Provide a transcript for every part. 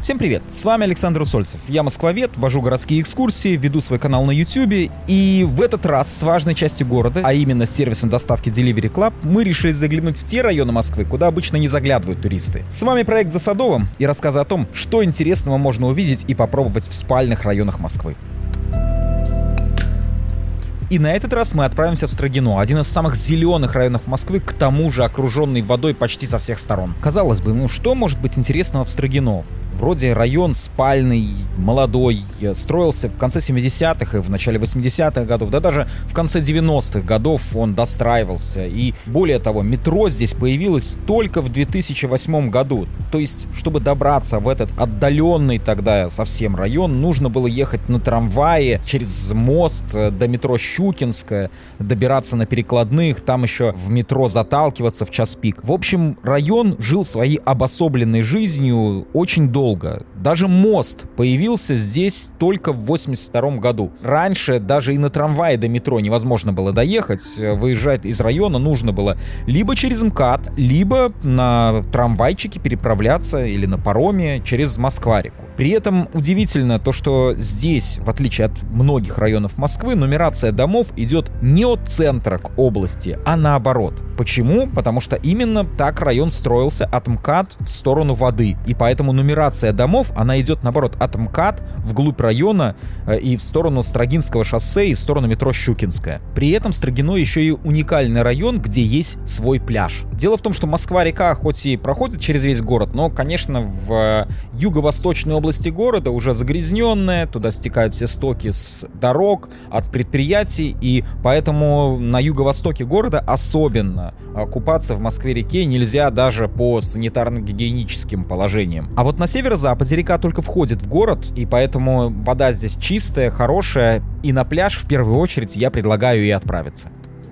Всем привет, с вами Александр Усольцев. Я москвовед, вожу городские экскурсии, веду свой канал на YouTube. И в этот раз с важной частью города, а именно с сервисом доставки Delivery Club, мы решили заглянуть в те районы Москвы, куда обычно не заглядывают туристы. С вами проект «За Садовым» и рассказы о том, что интересного можно увидеть и попробовать в спальных районах Москвы. И на этот раз мы отправимся в Строгино, один из самых зеленых районов Москвы, к тому же окруженный водой почти со всех сторон. Казалось бы, что может быть интересного в Строгино? Вроде район спальный, молодой, строился в конце 70-х и в начале 80-х годов, да даже в конце 90-х годов он достраивался. И более того, метро здесь появилось только в 2008 году. То есть, чтобы добраться в этот отдаленный тогда совсем район, нужно было ехать на трамвае через мост до метро Щукинская, добираться на перекладных, там еще в метро заталкиваться в час пик. В общем, район жил своей обособленной жизнью очень долго. Даже мост появился здесь только в 82 году. Раньше даже и на трамвае до метро невозможно было доехать. Выезжать из района нужно было либо через МКАД, либо на трамвайчике переправляться или на пароме через Москва-реку. При этом удивительно то, что здесь, в отличие от многих районов Москвы, нумерация домов идет не от центра к области, а наоборот. Почему? Потому что именно так район строился от МКАД в сторону воды. И поэтому нумерация домов, она идет, наоборот, от МКАД вглубь района и в сторону Строгинского шоссе, и в сторону метро Щукинская. При этом Строгино еще и уникальный район, где есть свой пляж. Дело в том, что Москва-река хоть и проходит через весь город, но, конечно, в юго-восточной области города уже загрязненная, туда стекают все стоки с дорог, от предприятий, и поэтому на юго-востоке города особенно купаться в Москве-реке нельзя даже по санитарно-гигиеническим положениям. А вот на северо-западе река только входит в город, и поэтому вода здесь чистая, хорошая, и на пляж в первую очередь я предлагаю и отправиться.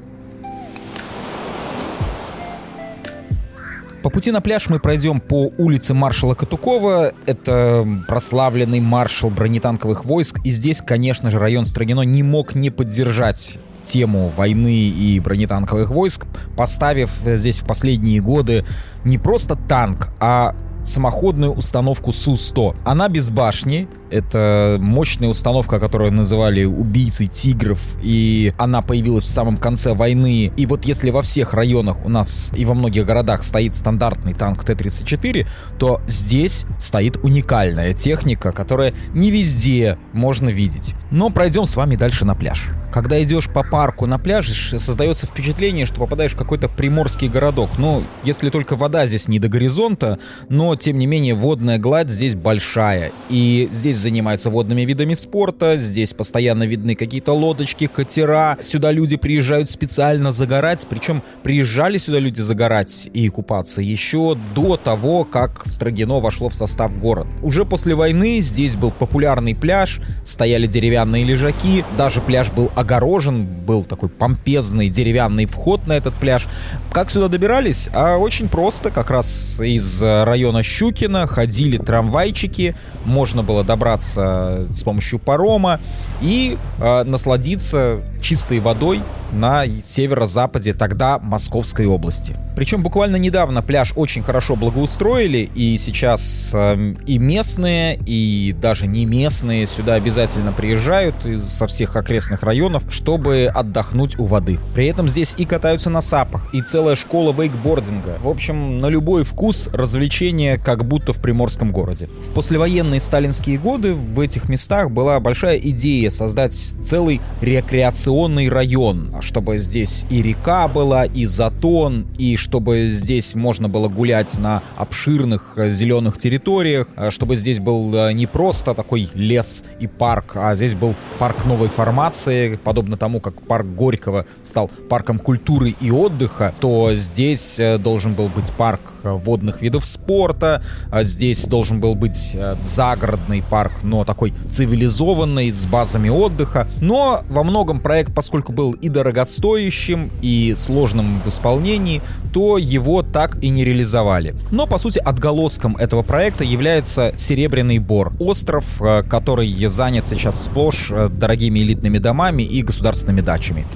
По пути на пляж мы пройдем по улице маршала Катукова. Это прославленный маршал бронетанковых войск. И здесь, конечно же, район Строгино не мог не поддержать тему войны и бронетанковых войск, поставив здесь в последние годы не просто танк, а самоходную установку Су-100. Она без башни. Это мощная установка, которую называли убийцей тигров, и она появилась в самом конце войны. И вот если во всех районах у нас и во многих городах стоит стандартный танк Т-34, то здесь стоит уникальная техника, которая не везде можно видеть. Но пройдем с вами дальше на пляж. Когда идешь по парку на пляже, создается впечатление, что попадаешь в какой-то приморский городок. Ну, если только вода здесь не до горизонта, но, тем не менее, водная гладь здесь большая. И здесь занимаются водными видами спорта, здесь постоянно видны какие-то лодочки, катера. Сюда люди приезжают специально загорать, причем приезжали сюда люди загорать и купаться еще до того, как Строгино вошло в состав города. Уже после войны здесь был популярный пляж, стояли деревянные лежаки, даже пляж был огорожен, был такой помпезный деревянный вход на этот пляж. Как сюда добирались? Очень просто, как раз из района Щукина ходили трамвайчики, можно было добраться с помощью парома и насладиться чистой водой на северо-западе тогда Московской области. Причем буквально недавно пляж очень хорошо благоустроили, и сейчас и местные, и даже не местные сюда обязательно приезжают со всех окрестных районов, чтобы отдохнуть у воды. При этом здесь и катаются на сапах, и целая школа вейкбординга. В общем, на любой вкус развлечения, как будто в приморском городе. В послевоенные сталинские годы в этих местах была большая идея создать целый рекреационный район, чтобы здесь и река была, и затон, и чтобы здесь можно было гулять на обширных зеленых территориях, чтобы здесь был не просто такой лес и парк, а здесь был парк новой формации, подобно тому, как парк Горького стал парком культуры и отдыха, то здесь должен был быть парк водных видов спорта, здесь должен был быть загородный парк, но такой цивилизованный, с базами отдыха. Но во многом проект, поскольку был и дорогостоящим, и сложным в исполнении, то его так и не реализовали. Но, по сути, отголоском этого проекта является Серебряный Бор. Остров, который занят сейчас сплошь дорогими элитными домами и государственными дачами.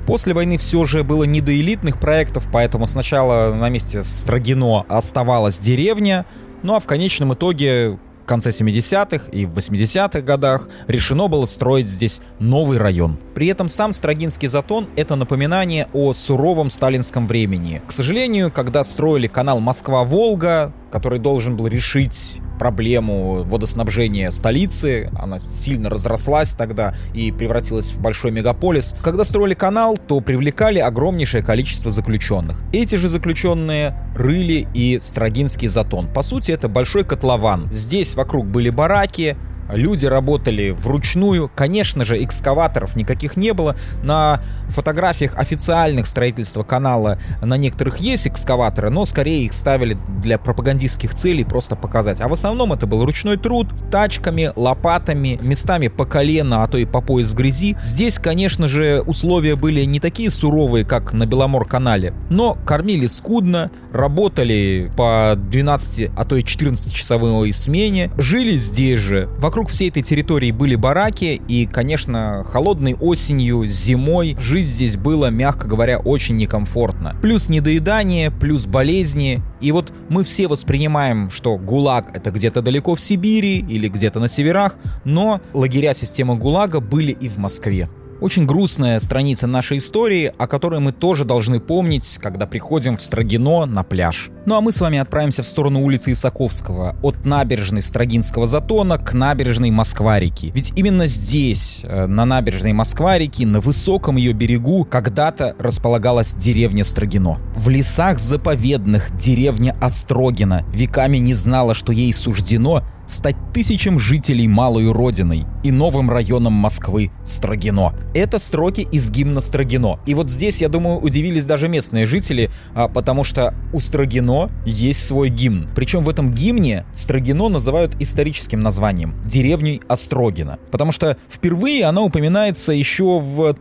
После войны все же было не до элитных проектов, поэтому сначала на месте Строгино оставалась деревня, ну а в конечном итоге в конце 70-х и в 80-х годах решено было строить здесь новый район. При этом сам Строгинский затон — это напоминание о суровом сталинском времени. К сожалению, когда строили канал Москва-Волга, который должен был решить проблему водоснабжения столицы, она сильно разрослась тогда и превратилась в большой мегаполис. Когда строили канал, то привлекали огромнейшее количество заключенных. Эти же заключенные рыли и Строгинский затон. По сути, это большой котлован. Здесь вокруг были бараки, люди работали вручную. Конечно же, экскаваторов никаких не было. На фотографиях официальных строительства канала на некоторых есть экскаваторы, но скорее их ставили для пропагандистских целей, просто показать. А в основном это был ручной труд, тачками, лопатами, местами по колено, а то и по пояс в грязи. Здесь, конечно же, условия были не такие суровые, как на Беломор-канале, но кормили скудно, работали по 12, а то и 14-часовой смене, жили здесь же. Вокруг всей этой территории были бараки, и, конечно, холодной осенью, зимой жить здесь было, мягко говоря, очень некомфортно. Плюс недоедание, плюс болезни. И вот мы все воспринимаем, что ГУЛАГ — это где-то далеко в Сибири или где-то на северах, но лагеря системы ГУЛАГа были и в Москве. Очень грустная страница нашей истории, о которой мы тоже должны помнить, когда приходим в Строгино на пляж. Ну а мы с вами отправимся в сторону улицы Исаковского, от набережной Строгинского затона к набережной Москва-реки. Ведь именно здесь, на набережной Москва-реки, на высоком ее берегу, когда-то располагалась деревня Строгино. В лесах заповедных деревня Острогино веками не знала, что ей суждено стать тысячам жителей малой родиной и новым районом Москвы Строгино. Это строки из гимна Строгино. И вот здесь, я думаю, удивились даже местные жители, потому что у Строгино есть свой гимн. Причем в этом гимне Строгино называют историческим названием — деревней Острогино. Потому что впервые она упоминается еще в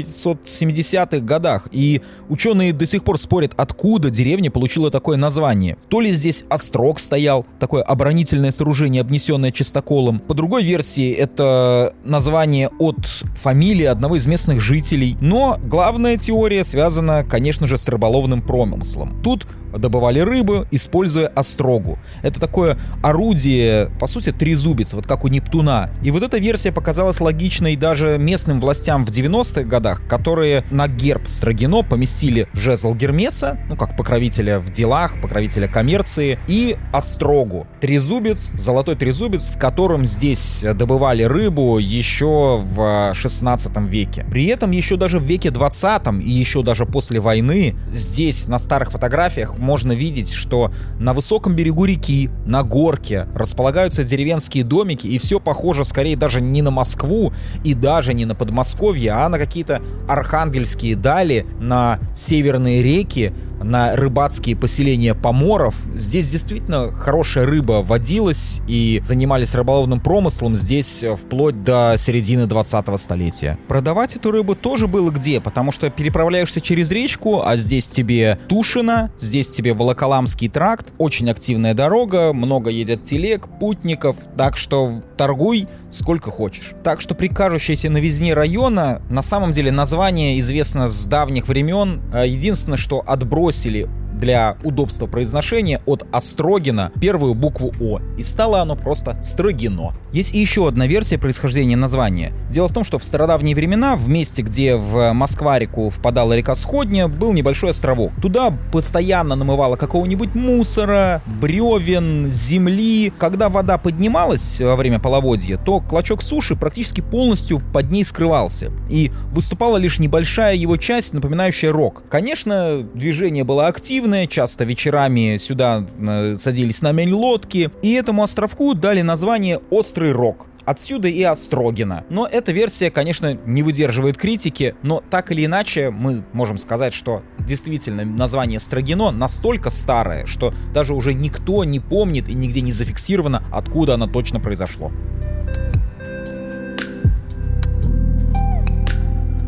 1570-х годах, и ученые до сих пор спорят, откуда деревня получила такое название. То ли здесь острог стоял, такое оборонительное сооружение, обнесенное чистоколом. По другой версии, это название от фамилии одного из местных жителей. Но главная теория связана, конечно же, с рыболовным промыслом. Тут добывали рыбу, используя острогу. Это такое орудие, по сути, трезубец, вот как у Нептуна. И вот эта версия показалась логичной даже местным властям в 90-х годах, которые на герб Строгино поместили жезл Гермеса, ну, как покровителя в делах, покровителя коммерции, и острогу. Трезубец, золотой трезубец, с которым здесь добывали рыбу еще в 16 веке. При этом еще даже в веке 20 и еще даже после войны здесь на старых фотографиях можно видеть, что на высоком берегу реки, на горке располагаются деревенские домики, и все похоже скорее даже не на Москву и даже не на Подмосковье, а на какие-то архангельские дали, на северные реки, на рыбацкие поселения поморов. Здесь действительно хорошая рыба водилась, и занимались рыболовным промыслом здесь вплоть до середины 20-го столетия. Продавать эту рыбу тоже было где, потому что переправляешься через речку, а здесь тебе Тушино, здесь тебе Волоколамский тракт, очень активная дорога, много едет телег, путников, так что торгуй сколько хочешь. Так что при кажущейся новизне района на самом деле название известно с давних времен. Единственное, что отбросили для удобства произношения от Острогино первую букву О, и стало оно просто Строгино. Есть и еще одна версия происхождения названия. Дело в том, что в стародавние времена в месте, где в Москва-реку впадала река Сходня, был небольшой островок. Туда постоянно намывало какого-нибудь мусора, бревен, земли. Когда вода поднималась во время половодья, то клочок суши практически полностью под ней скрывался, и выступала лишь небольшая его часть, напоминающая рог. Конечно, движение было активное, часто вечерами сюда садились на мель лодки, и этому островку дали название Острый Рог. Отсюда и Острогино. Но эта версия, конечно, не выдерживает критики, но так или иначе мы можем сказать, что действительно название Строгино настолько старое, что даже уже никто не помнит и нигде не зафиксировано, откуда оно точно произошло.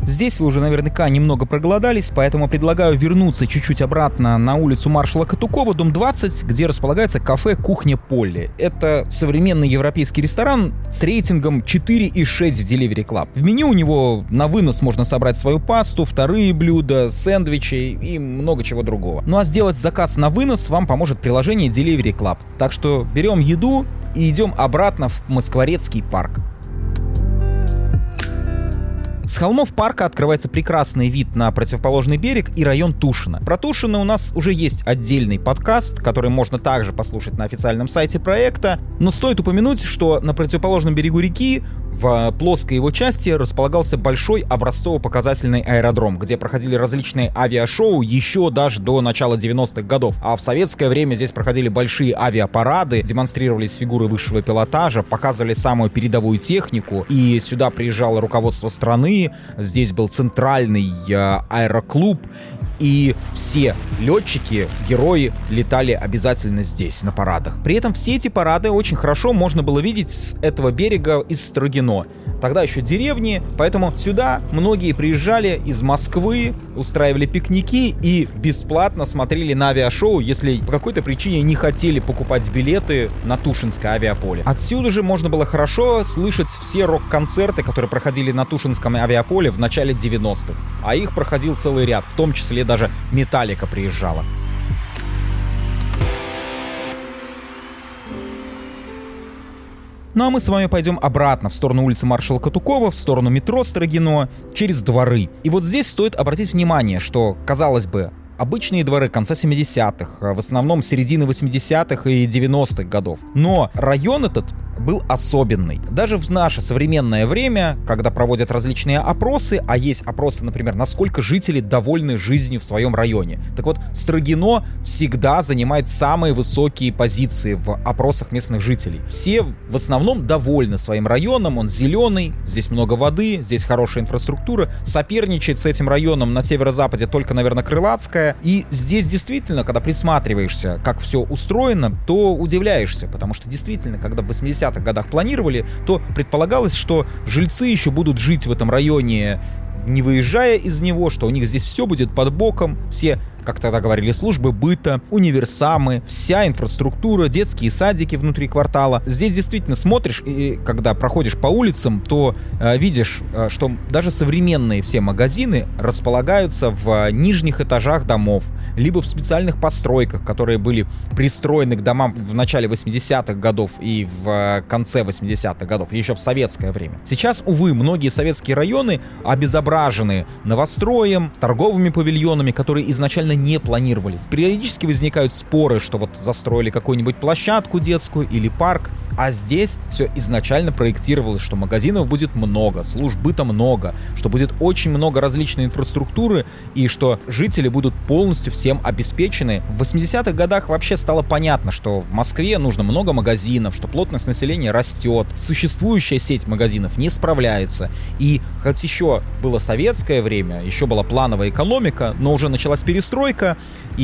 Здесь вы уже наверняка немного проголодались, поэтому предлагаю вернуться чуть-чуть обратно на улицу маршала Катукова, дом 20, где располагается кафе «Кухня Полли». Это современный европейский ресторан с рейтингом 4,6 в Delivery Club. В меню у него на вынос можно собрать свою пасту, вторые блюда, сэндвичи и много чего другого. Ну а сделать заказ на вынос вам поможет приложение Delivery Club. Так что берем еду и идем обратно в Москворецкий парк. С холмов парка открывается прекрасный вид на противоположный берег и район Тушино. Про Тушино у нас уже есть отдельный подкаст, который можно также послушать на официальном сайте проекта. Но стоит упомянуть, что на противоположном берегу реки, в плоской его части, располагался большой образцово-показательный аэродром, где проходили различные авиашоу еще даже до начала 90-х годов. А в советское время здесь проходили большие авиапарады, демонстрировались фигуры высшего пилотажа, показывали самую передовую технику, и сюда приезжало руководство страны. Здесь был центральный аэроклуб, и все летчики, герои летали обязательно здесь, на парадах. При этом все эти парады очень хорошо можно было видеть с этого берега из Строгино. Тогда еще деревни, поэтому сюда многие приезжали из Москвы, устраивали пикники и бесплатно смотрели на авиашоу, если по какой-то причине не хотели покупать билеты на Тушинское авиаполе. Отсюда же можно было хорошо слышать все рок-концерты, которые проходили на Тушинском авиаполе в начале 90-х. А их проходил целый ряд, в том числе даже Металлика приезжала. Ну а мы с вами пойдем обратно в сторону улицы маршала Катукова, в сторону метро Строгино, через дворы. И вот здесь стоит обратить внимание, что, казалось бы, обычные дворы конца 70-х, в основном середины 80-х и 90-х годов. Но район этот был особенный. Даже в наше современное время, когда проводят различные опросы, а есть опросы, например, насколько жители довольны жизнью в своем районе. Так вот, Строгино всегда занимает самые высокие позиции в опросах местных жителей. Все в основном довольны своим районом, он зеленый, здесь много воды, здесь хорошая инфраструктура. Соперничает с этим районом на северо-западе только, наверное, Крылатская. И здесь действительно, когда присматриваешься, как все устроено, то удивляешься, потому что действительно, когда в 80-х годах планировали, то предполагалось, что жильцы еще будут жить в этом районе, не выезжая из него, что у них здесь все будет под боком, все, как тогда говорили, службы быта, универсамы, вся инфраструктура, детские садики внутри квартала. Здесь действительно смотришь, и когда проходишь по улицам, то видишь, что даже современные все магазины располагаются в нижних этажах домов, либо в специальных постройках, которые были пристроены к домам в начале 80-х годов и в конце 80-х годов, еще в советское время. Сейчас, увы, многие советские районы обезображены новостроем, торговыми павильонами, которые изначально не планировались. Периодически возникают споры, что вот застроили какую-нибудь площадку детскую или парк, а здесь все изначально проектировалось, что магазинов будет много, служб быта много, что будет очень много различной инфраструктуры и что жители будут полностью всем обеспечены. В 80-х годах вообще стало понятно, что в Москве нужно много магазинов, что плотность населения растет, существующая сеть магазинов не справляется. И хоть еще было советское время, еще была плановая экономика, но уже началась перестройка,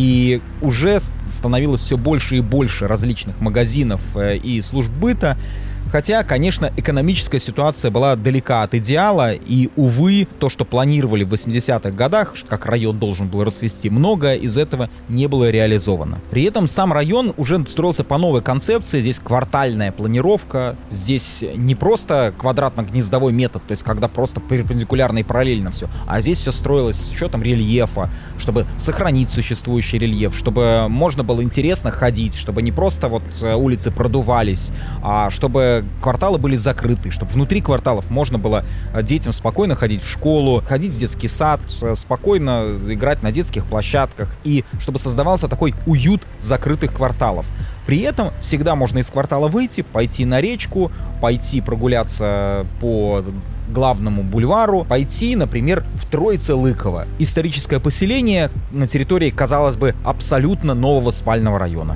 и уже становилось все больше и больше различных магазинов и служб быта. Хотя, конечно, экономическая ситуация была далека от идеала, и, увы, то, что планировали в 80-х годах, как район должен был расцвести, многое из этого не было реализовано. При этом сам район уже строился по новой концепции, здесь квартальная планировка, здесь не просто квадратно-гнездовой метод, то есть когда просто перпендикулярно и параллельно все, а здесь все строилось с учетом рельефа, чтобы сохранить существующий рельеф, чтобы можно было интересно ходить, чтобы не просто вот улицы продувались, а чтобы кварталы были закрыты, чтобы внутри кварталов можно было детям спокойно ходить в школу, ходить в детский сад, спокойно играть на детских площадках, и чтобы создавался такой уют закрытых кварталов. При этом всегда можно из квартала выйти, пойти на речку, пойти прогуляться по главному бульвару, пойти, например, в Троице-Лыково. Историческое поселение на территории, казалось бы, абсолютно нового спального района.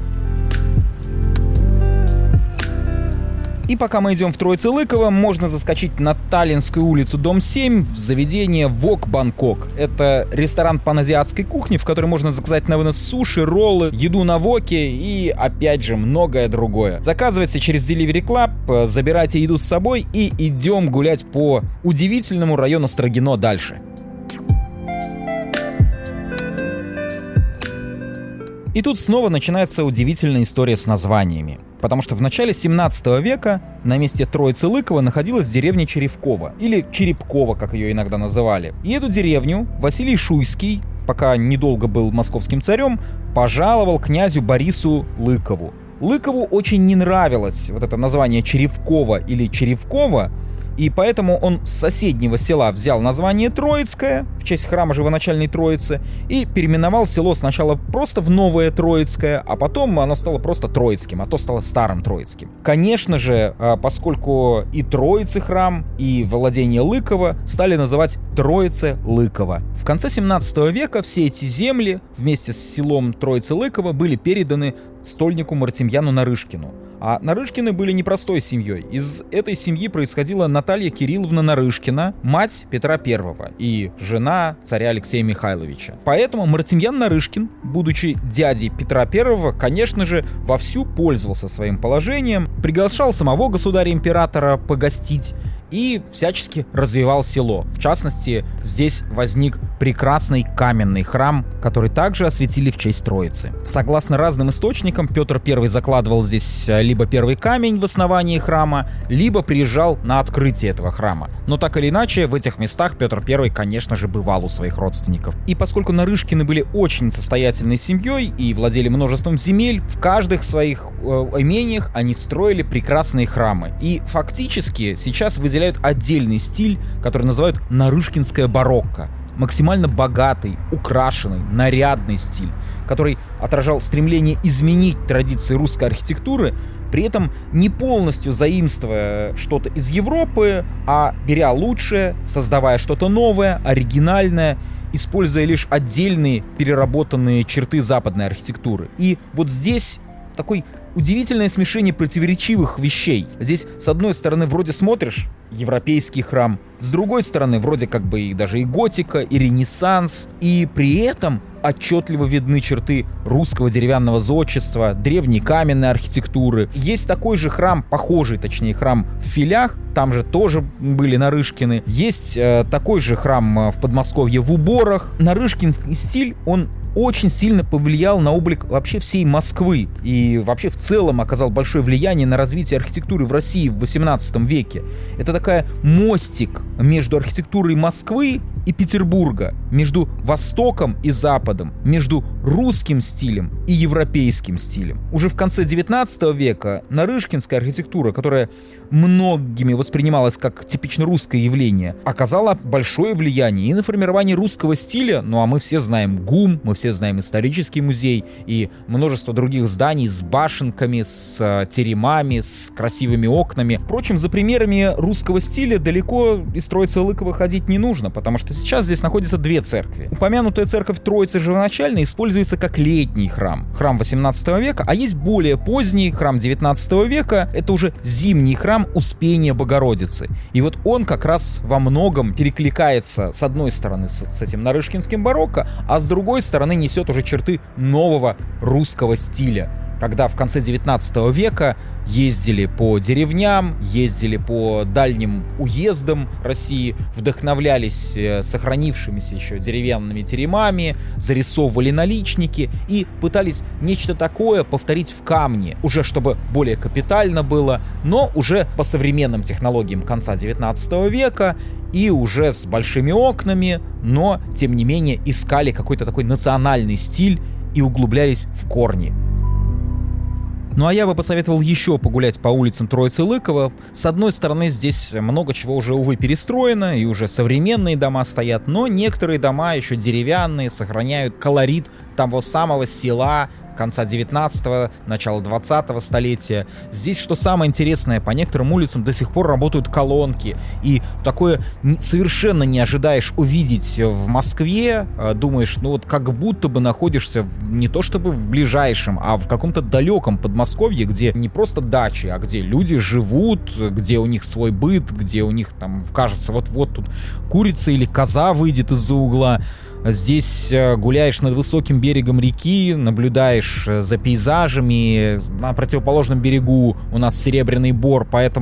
И пока мы идем в Троице-Лыково, можно заскочить на Таллинскую улицу, дом 7, в заведение Wok Bangkok. Это ресторан паназиатской кухни, в который можно заказать на вынос суши, роллы, еду на воке и, опять же, многое другое. Заказывайте через Delivery Club, забирайте еду с собой и идем гулять по удивительному району Строгино дальше. И тут снова начинается удивительная история с названиями. Потому что в начале 17 века на месте Троицы Лыкова находилась деревня Черевково, или Черепково, как ее иногда называли. И эту деревню Василий Шуйский, пока недолго был московским царем, пожаловал князю Борису Лыкову. Лыкову очень не нравилось вот это название Черевково или Черевково, и поэтому он с соседнего села взял название Троицкое, в честь храма Живоначальной Троицы, и переименовал село сначала просто в Новое Троицкое, а потом оно стало просто Троицким, а то стало Старым Троицким. Конечно же, поскольку и Троицы храм, и владение Лыкова стали называть Троице Лыкова. В конце 17 века все эти земли вместе с селом Троицы Лыкова были переданы стольнику Мартемьяну Нарышкину. А Нарышкины были непростой семьей. Из этой семьи происходила Наталья Кирилловна Нарышкина, мать Петра I и жена царя Алексея Михайловича. Поэтому Мартемьян Нарышкин, будучи дядей Петра I, конечно же, вовсю пользовался своим положением, приглашал самого государя-императора погостить и всячески развивал село. В частности, здесь возник прекрасный каменный храм, который также осветили в честь Троицы. Согласно разным источникам, Петр I закладывал здесь либо первый камень в основании храма, либо приезжал на открытие этого храма. Но так или иначе, в этих местах Петр I, конечно же, бывал у своих родственников. И поскольку Нарышкины были очень состоятельной семьей и владели множеством земель, в каждых своих имениях они строили прекрасные храмы. И фактически сейчас выделяют отдельный стиль, который называют нарышкинское барокко. Максимально богатый, украшенный, нарядный стиль, который отражал стремление изменить традиции русской архитектуры, при этом не полностью заимствуя что-то из Европы, а беря лучшее, создавая что-то новое, оригинальное, используя лишь отдельные переработанные черты западной архитектуры. И вот здесь такой удивительное смешение противоречивых вещей. Здесь, с одной стороны, вроде смотришь европейский храм, с другой стороны, вроде как бы и даже и готика, и ренессанс, и при этом отчетливо видны черты русского деревянного зодчества, древней каменной архитектуры. Есть такой же храм, похожий, точнее, храм в Филях, там же тоже были Нарышкины. Есть такой же храм в Подмосковье в Уборах. Нарышкинский стиль, он очень сильно повлиял на облик вообще всей Москвы и вообще в целом оказал большое влияние на развитие архитектуры в России в 18 веке. Это такая мостик между архитектурой Москвы и Петербурга, между Востоком и Западом, между русским стилем и европейским стилем. Уже в конце 19 века нарышкинская архитектура, которая многими воспринималась как типично русское явление, оказала большое влияние и на формирование русского стиля, ну а мы все знаем ГУМ, мы все знаем исторический музей и множество других зданий с башенками, с теремами, с красивыми окнами. Впрочем, за примерами русского стиля далеко из Троицы Лыкова ходить не нужно, потому что сейчас здесь находятся две церкви. Упомянутая церковь Троицы Живоначальной используется как летний храм, храм 18 века, а есть более поздний храм 19 века, это уже зимний храм Успения Богородицы. И вот он как раз во многом перекликается с одной стороны с этим нарышкинским барокко, а с другой стороны несет уже черты нового русского стиля, когда в конце 19 века ездили по деревням, ездили по дальним уездам России, вдохновлялись сохранившимися еще деревянными теремами, зарисовывали наличники и пытались нечто такое повторить в камне, уже чтобы более капитально было, но уже по современным технологиям конца 19 века и уже с большими окнами, но тем не менее искали какой-то такой национальный стиль и углублялись в корни. Ну а я бы посоветовал еще погулять по улицам Троицы Лыкова. С одной стороны, здесь много чего уже, увы, перестроено, и уже современные дома стоят, но некоторые дома еще деревянные, сохраняют колорит того самого села конца 19-го, начала 20-го столетия. Здесь, что самое интересное, по некоторым улицам до сих пор работают колонки, и такое совершенно не ожидаешь увидеть в Москве. Думаешь, ну вот как будто бы находишься не то чтобы в ближайшем, а в каком-то далеком Подмосковье, где не просто дачи, а где люди живут, где у них свой быт, где у них там, кажется, вот-вот тут курица или коза выйдет из-за угла. Здесь гуляешь над высоким берегом реки, наблюдаешь за пейзажами. На противоположном берегу у нас Серебряный Бор, поэтому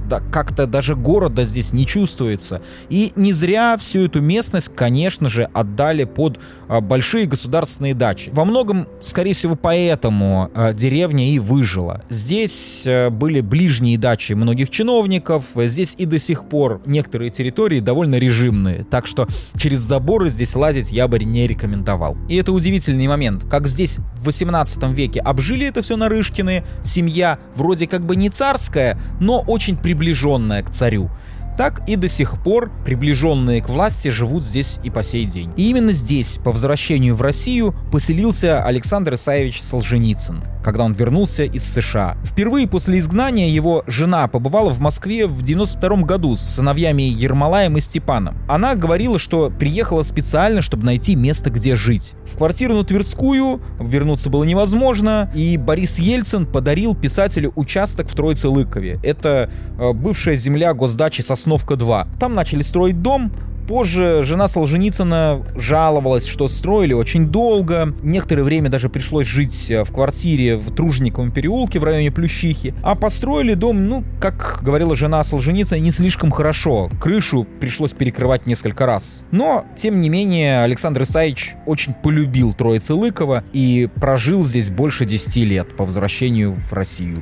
да, как-то даже города здесь не чувствуется. И не зря всю эту местность, конечно же, отдали под большие государственные дачи. Во многом, скорее всего, поэтому деревня и выжила. Здесь были ближние дачи многих чиновников, здесь и до сих пор некоторые территории довольно режимные, так что через заборы здесь лазить я бы не рекомендовал. И это удивительный момент, как здесь в 18 веке обжили это все Нарышкины, семья вроде как бы не царская, но очень приближенная к царю. Так и до сих пор приближенные к власти живут здесь и по сей день. И именно здесь, по возвращению в Россию, поселился Александр Исаевич Солженицын, когда он вернулся из США. Впервые после изгнания его жена побывала в Москве в 92 году с сыновьями Ермолаем и Степаном. Она говорила, что приехала специально, чтобы найти место, где жить. В квартиру на Тверскую вернуться было невозможно, и Борис Ельцин подарил писателю участок в Троице-Лыкове. Это бывшая земля госдачи Сосновка-2. Там начали строить дом. Позже жена Солженицына жаловалась, что строили очень долго. Некоторое время даже пришлось жить в квартире в Тружениковом переулке в районе Плющихи. А построили дом, как говорила жена Солженицына, не слишком хорошо. Крышу пришлось перекрывать несколько раз. Но, тем не менее, Александр Исаевич очень полюбил Троице-Лыково и прожил здесь больше 10 лет по возвращению в Россию.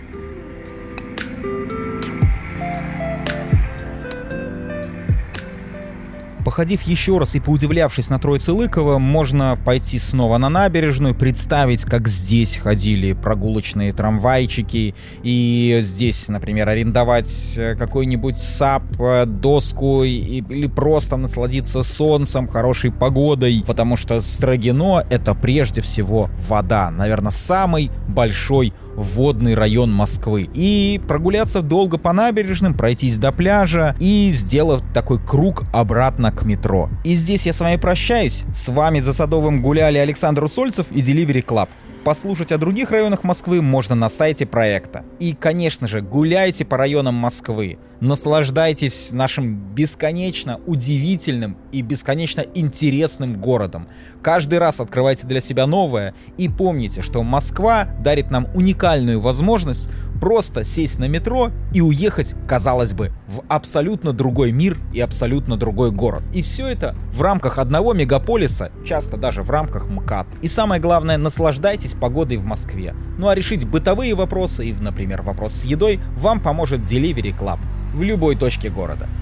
Походив еще раз и поудивлявшись на Троице-Лыково, можно пойти снова на набережную, представить, как здесь ходили прогулочные трамвайчики, и здесь, например, арендовать какой-нибудь сап, доску или просто насладиться солнцем, хорошей погодой, потому что Строгино — это прежде всего вода, наверное, самый большой водный район Москвы. И прогуляться долго по набережным, пройтись до пляжа и сделать такой круг обратно к метро. И здесь я с вами прощаюсь. С вами за Садовым гуляли Александр Усольцев и Delivery Club. Послушать о других районах Москвы можно на сайте проекта. И, конечно же, гуляйте по районам Москвы. Наслаждайтесь нашим бесконечно удивительным и бесконечно интересным городом. Каждый раз открывайте для себя новое. И помните, что Москва дарит нам уникальную возможность просто сесть на метро и уехать, казалось бы, в абсолютно другой мир и абсолютно другой город. И все это в рамках одного мегаполиса, часто даже в рамках МКАД. И самое главное, наслаждайтесь погодой в Москве. Ну а решить бытовые вопросы и, например, вопрос с едой вам поможет Delivery Club в любой точке города.